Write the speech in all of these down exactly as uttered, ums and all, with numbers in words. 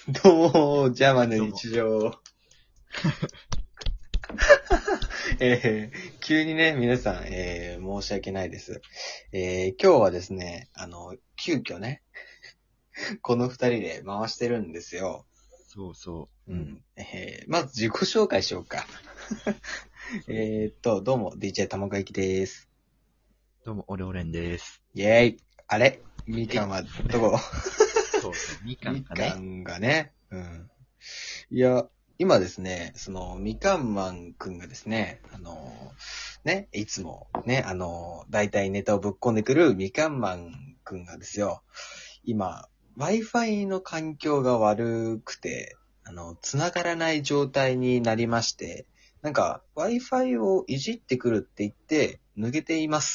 どうも、ジャーマンの日常。えー、急にね、皆さん、えー、申し訳ないです。えー、今日はですね、あの、急遽ね、この二人で回してるんですよ。 そうそう。 うん。えー、まず自己紹介しようか。えーっと、どうも、ディージェー たまかいきです。 どうも、オレオレンです。 イェーイ。あれみかんはどこそうそう、みかんみがね。 かんがね。うん。いや、今ですね、その、みかんマンくんがですね、あの、ね、いつもね、あの、大体ネタをぶっ込んでくるみかんマンくんがですよ、今、Wi-Fi の環境が悪くて、あの、繋がらない状態になりまして、なんか、Wi-Fi をいじってくるって言って、抜けています。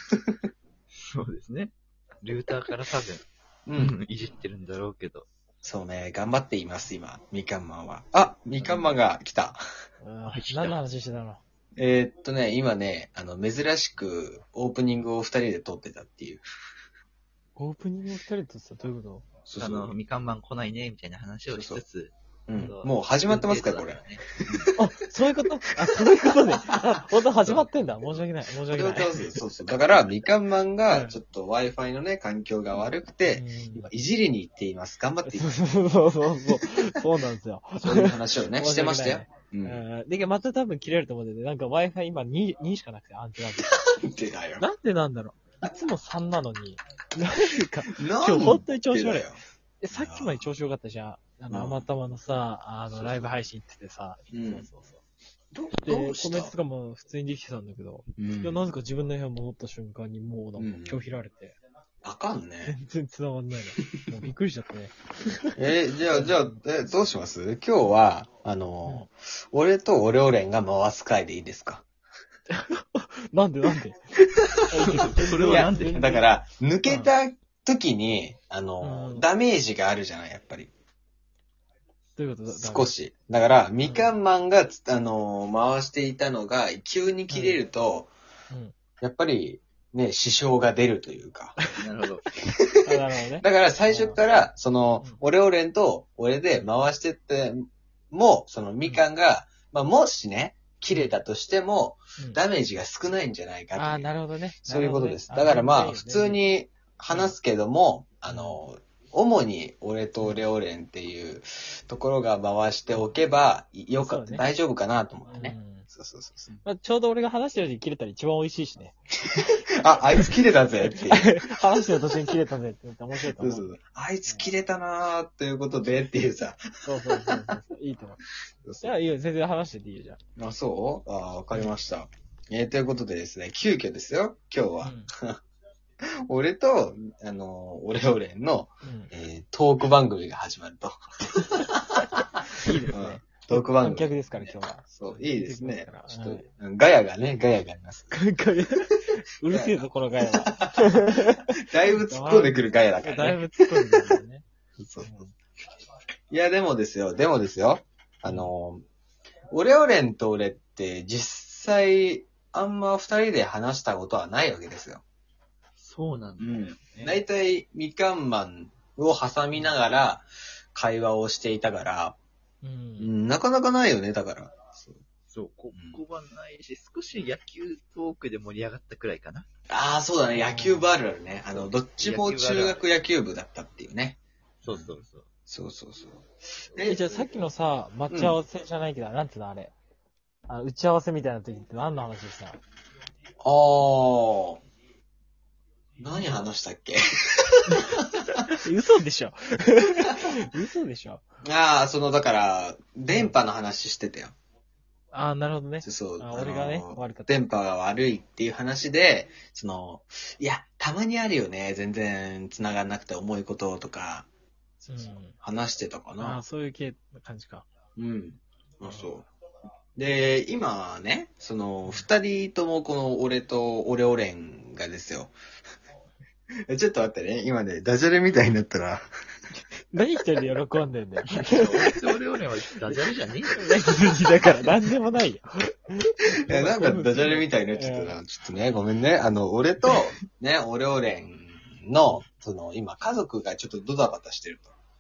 そうですね。ルーターから多分、 う。 うんん、いじってるんだろうけど。 そうね、頑張っています、今、みかんマンは。あ、みかんマンが来た。 ああ来た何の話してたの？ えーっとね、今ね、あの、珍しくオープニングを二人で撮ってたっていう。 オープニングを二人とさ、どういうこあの、 そうそう。 みかんマン来ないね、みたいな話をしつつ。 うんそう。 もう始まってますか、これ。 ね。 と？あ、そういうことあ、そういうことね。あ、ほんと始まってんだ。申し訳ない。申し訳ない。 そうそう。だから、みかんマンが、 うんちょっと Wi-Fi のね、環境が悪くて、 うん今、いじりに行っています。頑張っていそうます。 そうそうそう。そうなんですよ。 そういう話をね、 申してましたよ訳ないね。。 う。 うんん。で、また多分切れると思うんだよね。なんか Wi-Fi 今に、にしかなくて、アンテナで。 なんでだよ。 なんでなんだろう。いつもさんなのに。なんか、 今今日本当に調子悪いよ。 え、さっきまで調子良かったじゃん。あの、 うんあまたまのさ、あの、ライブ配信行っててさ。 うんそうそうそう。 どで、コどうしたメントとかも普通にできてたんだけど、 うんいや、なぜか自分の部屋戻った瞬間にもうなんうんか拒否られて、 あかんね。 全然繋がんないの。もうびっくりしちゃったね。 えーじゃあ、じゃあ、え、どうします今日は、あの、俺とオレオレンが回す回でいいですか？ なんでなんでそれはなんでいやだから、抜けた時に、あの、 うんダメージがあるじゃない、やっぱり。 どういうことだ少。し。だから、みかんマンが、あの、回していたのが、急に切れると、 うん。 やっぱり、ね、支障が出るというか。 なるほど。 あ、なるほどね。 だから最初から、そのうん、 オレオレンと俺で回してっても、そのみかんが、まあ、もしね、切れたとしても、 うんダメージが少ないんじゃないかという。 あ、なるほどね。 そういうことです。 なるほどねだからまあ、 全然普通に話すけども、 うんあの、主に俺とオレオレンっていうところが回しておけば、よかった、 そうね大丈夫かなと思ってね。 うんそうそうそうそう。 まあ、ちょうど俺が話してる時に切れたら一番美味しいしね。 あ、あいつ切れたぜっていう。 話してる途中に切れたぜって言って面白いと思う。 そうそう。あいつ切れたなーということでっていうさ。 そうそうそうそうそう。いいと思う。 そうそういや、いいよ。全然話してていいよ、じゃあ。 あ、そうああ、わかりました。えー、ということでですね、急遽ですよ、今日は。 うん俺と、あの、オレオレンの、 うんえートーク番組が始まると。 いいですうんね。 トーク番組。 観客ですから、今日は。 そう、いいですね。ちょっと、 はいうんガヤがね、ガヤがあります。 うるせえぞ、このガヤは。 だいぶ突っ込んでくるガヤだからね。 だいぶ突っ込んでるんだよね。 そうそういや、でもですよ、でもですよ。あの、オレオレンと俺って実際、あんま二人で話したことはないわけですよ。 そうなんだよね。 だいたいみかんマンを挟みながら会話をしていたから、 う。 うんん、なかなかないよね、だから。 そう、ここはないし、少し野球トークで盛り上がったくらいかな。 ああ、そうだね、野球部あるあるね。あの、どっちも中学野球部だったっていうね。 そうそうそう。 そうそうそう。 え、じゃあさっきのさ、待ち合わせじゃないけど、なんていうのあれ。あの打ち合わせみたいな時って何の話でした？ ああ、何話したっけ嘘でしょ嘘でしょああ、その、だから、電波の話してたよ。 ああ、なるほどね。 そう、 あ俺がねの悪かった電波が悪いっていう話で、その、いや、たまにあるよね。全然繋がんなくて重いこととか、 うん。 話してたかあなあ、。そういう系の感じか。 うん。あ、そう。で、今ね、その、二人ともこの俺とオレオレンがですよ。ちょっと待ってね、今ね、ダジャレみたいになったら。 何一人で喜んでんだよ。 俺俺俺はダジャレじゃねえよ。 だから何でもないよ。 いや、なんかダジャレみたいになっちゃったな。ちょっとね、ごめんね。あの、俺と、ね、オレオレンの、その、今、家族がちょっとドタバタしてると。うん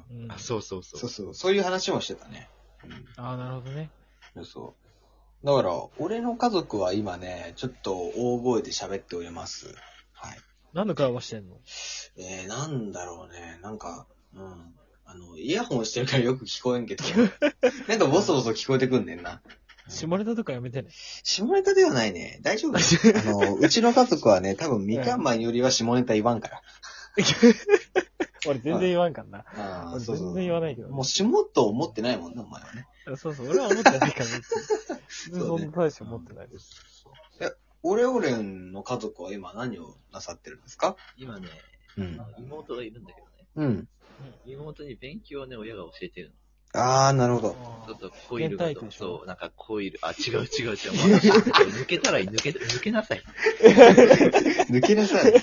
うん。 あ、そうそうそう。 そうそう。そういう話もしてたね。 ああ、なるほどね。 うん。そう。だから、俺の家族は今ね、ちょっと大声で喋っております。はい。 何の会話してんの？ えー、なんだろうね。なんか、うん。あの、イヤホンしてるからよく聞こえんけど、なんかボソボソ聞こえてくんねんな。 下ネタとかやめてね。 下ネタではないね。大丈夫。あの、うちの家族はね、多分みかんマンよりは下ネタ言わんから。 俺全然言わんかんな。 ああ、 俺そうそう。 全然言わないけどねもう下と思ってないもんな、お前はね。 そうそう、俺は思ってないから、別に。全然そんな大して思ってないです。 え、オレオレンの家族は今何をなさってるんですか？ 今ね、 うん。 妹がいるんだけどね。 うん。 妹に勉強をね、親が教えてるの。 ああ、なるほど。 ちょっとコイルが変態区でしょそう、なんかコイル、あ、違う違う違う。まあ抜けたらいい、抜け、抜けなさい。 抜けなさい。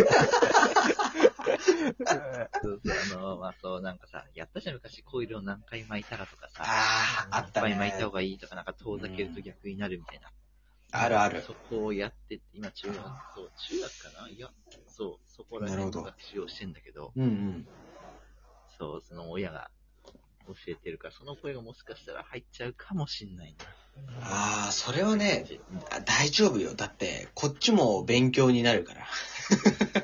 そうそう、あの、まあそう、なんかさ、やったじゃん、昔コイルを何回巻いたらとかさ、 ああ、あったいっぱい巻いたね。 方がいいとか、なんか遠ざけると逆になるみたいな。 あるある。 そこをやってって、今中学、そう、中学かないや、そう、そこら辺の学習をしてんだけど、 うんうん。 そう、その親が教えてるから、その声がもしかしたら入っちゃうかもしんないな。 ああ、それはね、あ大丈夫よ。だって、こっちも勉強になるから。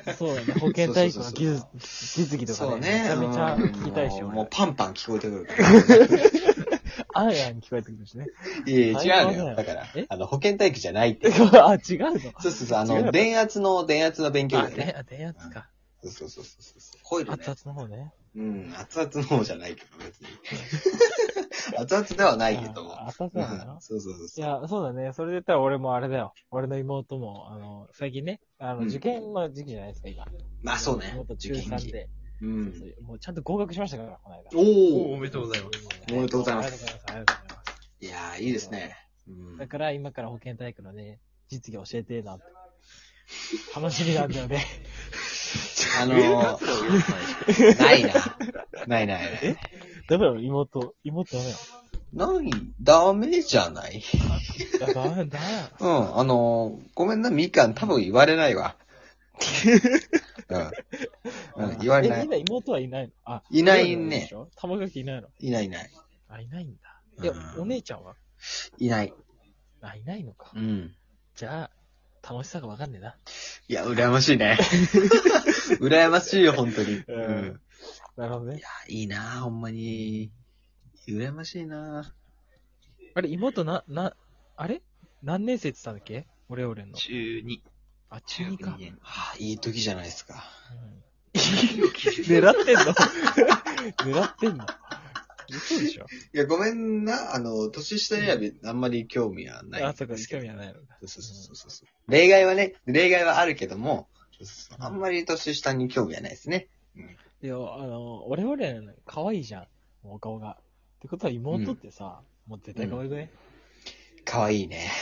そうだね、保健体育の技術、実技とかそうね、めちゃね。 めちゃ聞きたいし、 もう俺もうパンパン聞こえてくるから。 あーやん聞こえてくるしね。 いやいや、違うのよ。 最高だよだからえ、 あの、保健体育じゃないって。 あ、違うのそうそうそう、あ違うのの、電圧の、電圧の勉強だあ、 よね。 で、電圧か。 そうそうそうそうそう。コイルね。 熱々の方ね。 うん、熱々の方じゃないけど、別に。熱々ではないけども。 あ熱々なんだな。 うんそうそうそういそう。 や、そうだね。それで言ったら俺もあれだよ。俺の妹も、あの、最近ね、あの、 うん受験の時期じゃないですか、今。 まあそうね。 妹中さんで。 うん。 もうちゃんと合格しましたから、この間。 おおおおめでとうございます。 おめでとうございますありがとうございます。ありがとうございます。 いやー、いいですね。うんだから今から保健体育のね、実技教えてえなって。楽しみなんだよね。 あの上のやつらを言うのー、ないな。ないないない。 えダメだろ、妹。妹ダメだない、ダメじゃない。 よ。いや、ダメだ、ダメだ。 うん、あのー、ごめんな、みかん多分言われないわ。うん。うん、言われなえ、みいん。な妹はいないの？あ、 いないねでしょ玉垣いないの？ いないいない。 あ、いないんだ。いや、 うんお姉ちゃんはいない。 あ、いないのか。 うん。 じゃあ、楽しさがわかんねえな。 いや、羨ましいね。羨ましいよ、本当に。 ううんん。 なるほどね。 いや、いいなほんまに。羨ましいなあれ、妹な、な、あれ何年生って言ったんだっけオレオレンの。 中に。 あ、中にか。 にねん。 はあ、いい時じゃないですか。 うん狙ってんの狙ってんの嘘でしょいや、ごめんな。あの、年下にはあんまり興味はない。 あ、そうか、興味はないのか。 そうそうそうそう。例外はね、例外はあるけども、あんまり年下に興味はないですね。 いや、あの、オレオレン、可愛いじゃん。お顔が。ってことは妹ってさ、もう絶対可愛くね、 かわいいね。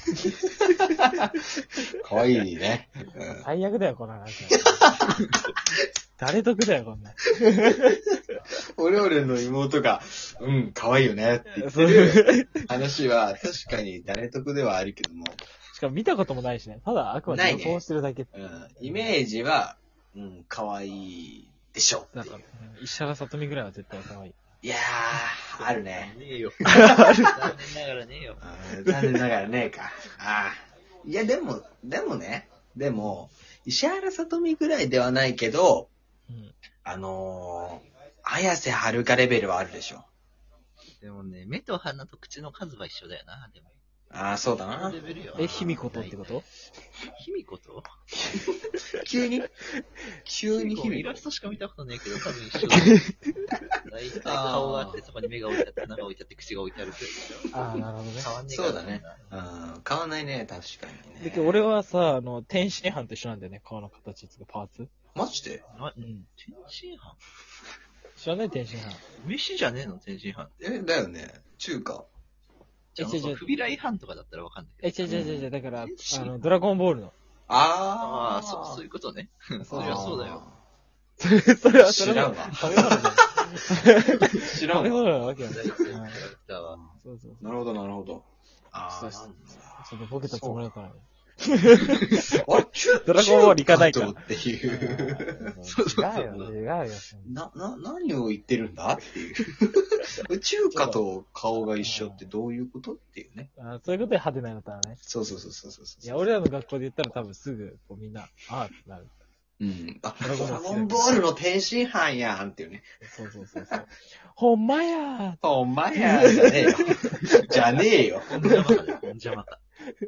かわいいね。うん最悪だよ、この話。誰得だよ、こんな。 オレオレの妹が、うん、かわいいよねって言ってそうる話は、確かに誰得ではあるけども、 しかも見たこともないしね。ただ、あくまで予想してるだけ。 うん、イメージは、うん、かわいいでしょうなんか、石原さとみぐらいは絶対可愛い。 いやー、あるね。 ねえよ。残念ながらねえよ。 うん残念ながらねえか。ああ。いや、でも、でもね、でも、石原さとみぐらいではないけど、 うん。 あのー、綾瀬はるかレベルはあるでしょ。 でもね、目と鼻と口の数は一緒だよな、でも。 ああ、そうだそのなレ。ベルよ。 え、卑弥呼とってこと卑弥呼と急に急に卑弥呼日々。 イラストしか見たことないけど、多分一緒だ。大体顔があって、そこに目が置いてあって、鼻が置いてあって、口が置いてあるくらいでしょ。 ああ、なるほどね。 変わんねえからそうだね。うん、変わんないね、確かにね。 だけど俺はさ、あの、天津飯と一緒なんだよね。顔の形つうかパーツ。 マジでなうん。 天津飯知らない天津飯。 飯じゃねえの天津飯。 え、だよね。中華。 じゃあ、 え違う違うフビライ飯とかだったらわかんないえ、 けど。 違う違う違う、だから、 天津あの、ドラゴンボールの。 あああ、そう、そういうことね。 そうそりゃそうだよ。 それ、それは、それは知らんわ、 食べ物だよ。 知らんわ。 食べ物なわけよね。 大体キャラクターは。 そうそうそう。 なるほど、なるほど。ああ、 そうそうちょっとボケたつもりだからね。 あ、中ドラゴンボール行かないから中華とっていう。そうそうそう違うよ、違うよ。 な、な、何を言ってるんだっていう。中華と顔が一緒ってどういうことっていうね。 あそういうことで派手なのだったらね。 そうそうそうそうそうそう。 いや、俺らの学校で言ったら多分すぐ、こうみんな、ああってなる。 うん。あ、 ドラゴンドラゴンボールの天津飯やんっていうね。 そうそうそうそう。ほんまやーお前や、じゃねえよ。じゃねえよ。 ほんじゃまかね、ほんじゃまか。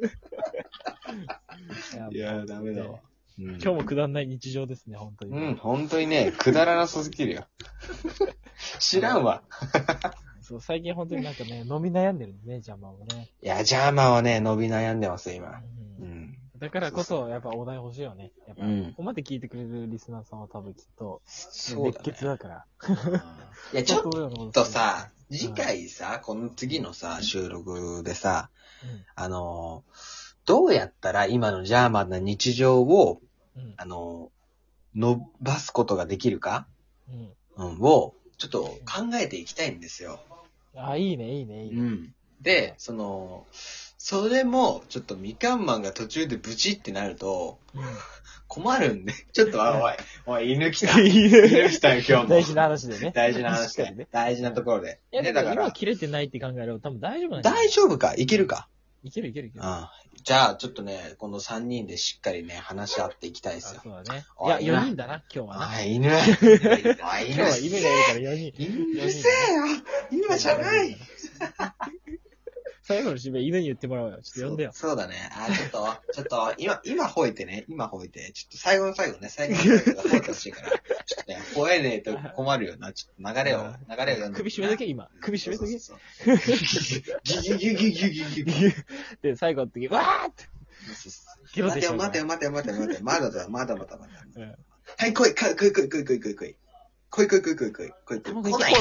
いや、ダメだわ。うん今日もくだんない日常ですね、本当に。 うん、本当にね、くだらなさすぎるよ。知らんわ。 そう、最近本当になんかね、飲み悩んでるね、ジャマもね。 いや、ジャーマンはね、伸び悩んでますよ、今。 ううんん。 だからこそ、やっぱお題欲しいよね。やっぱ、 うんここまで聞いてくれるリスナーさんは多分きっと、 そうだね。 熱血だから。 いや、ちょっととさ、次回さ、この次のさ、収録でさ、 うんあの、どうやったら今のジャーマンな日常を、 うんあの、伸ばすことができるか、 うん。 うん、を、ちょっと考えていきたいんですよ。 あ、いいね、いいね、いいね。 ん。で、その、それも、ちょっとみかんマンが途中でブチってなると、困るんで、ちょっと、おい、おい、犬来た。 いい犬ね。 来たよ、今日も。 大事な話でね。 大事な話で、 しっかりね大事なところで。 いや、 ね、 でもだから、 今切れてないって考えれば多分大丈夫なんじゃない大丈夫かいけるかいけるいけるいける。 うん。じゃあ、ちょっとね、このさんにんでしっかりね、話し合っていきたいですよ。 あそうだね。 おいいや、よにんだな、今日はな。 おい、犬。おい、 今日は犬。 犬がいるからよにん。 犬せえよ。今じゃない。 最後の締め、犬に言ってもらおうよ。ちょっと呼んでよ。 そうそうだね。あ、ちょっと、ちょっと、今、今吠えてね。今吠えて。ちょっと最後の最後ね、最後の最後で吠えてほしいから。ちょっとね、吠えねえと困るよな。ちょっと流れを、流れを読んで。 首絞めとけ、今。首絞めとけ。 そうそうそうギュギュギュギュギュギュギュ。 で、最後の時、わーって。ゲロ待てよ、 でしょ待てよ、待てよ、待てよ、待てよ。まだだ、まだまだまだ。 うんはい、来い、来い、来い、来い、来い、来い、来い。来い来い来い来い来い来い来い来い。来い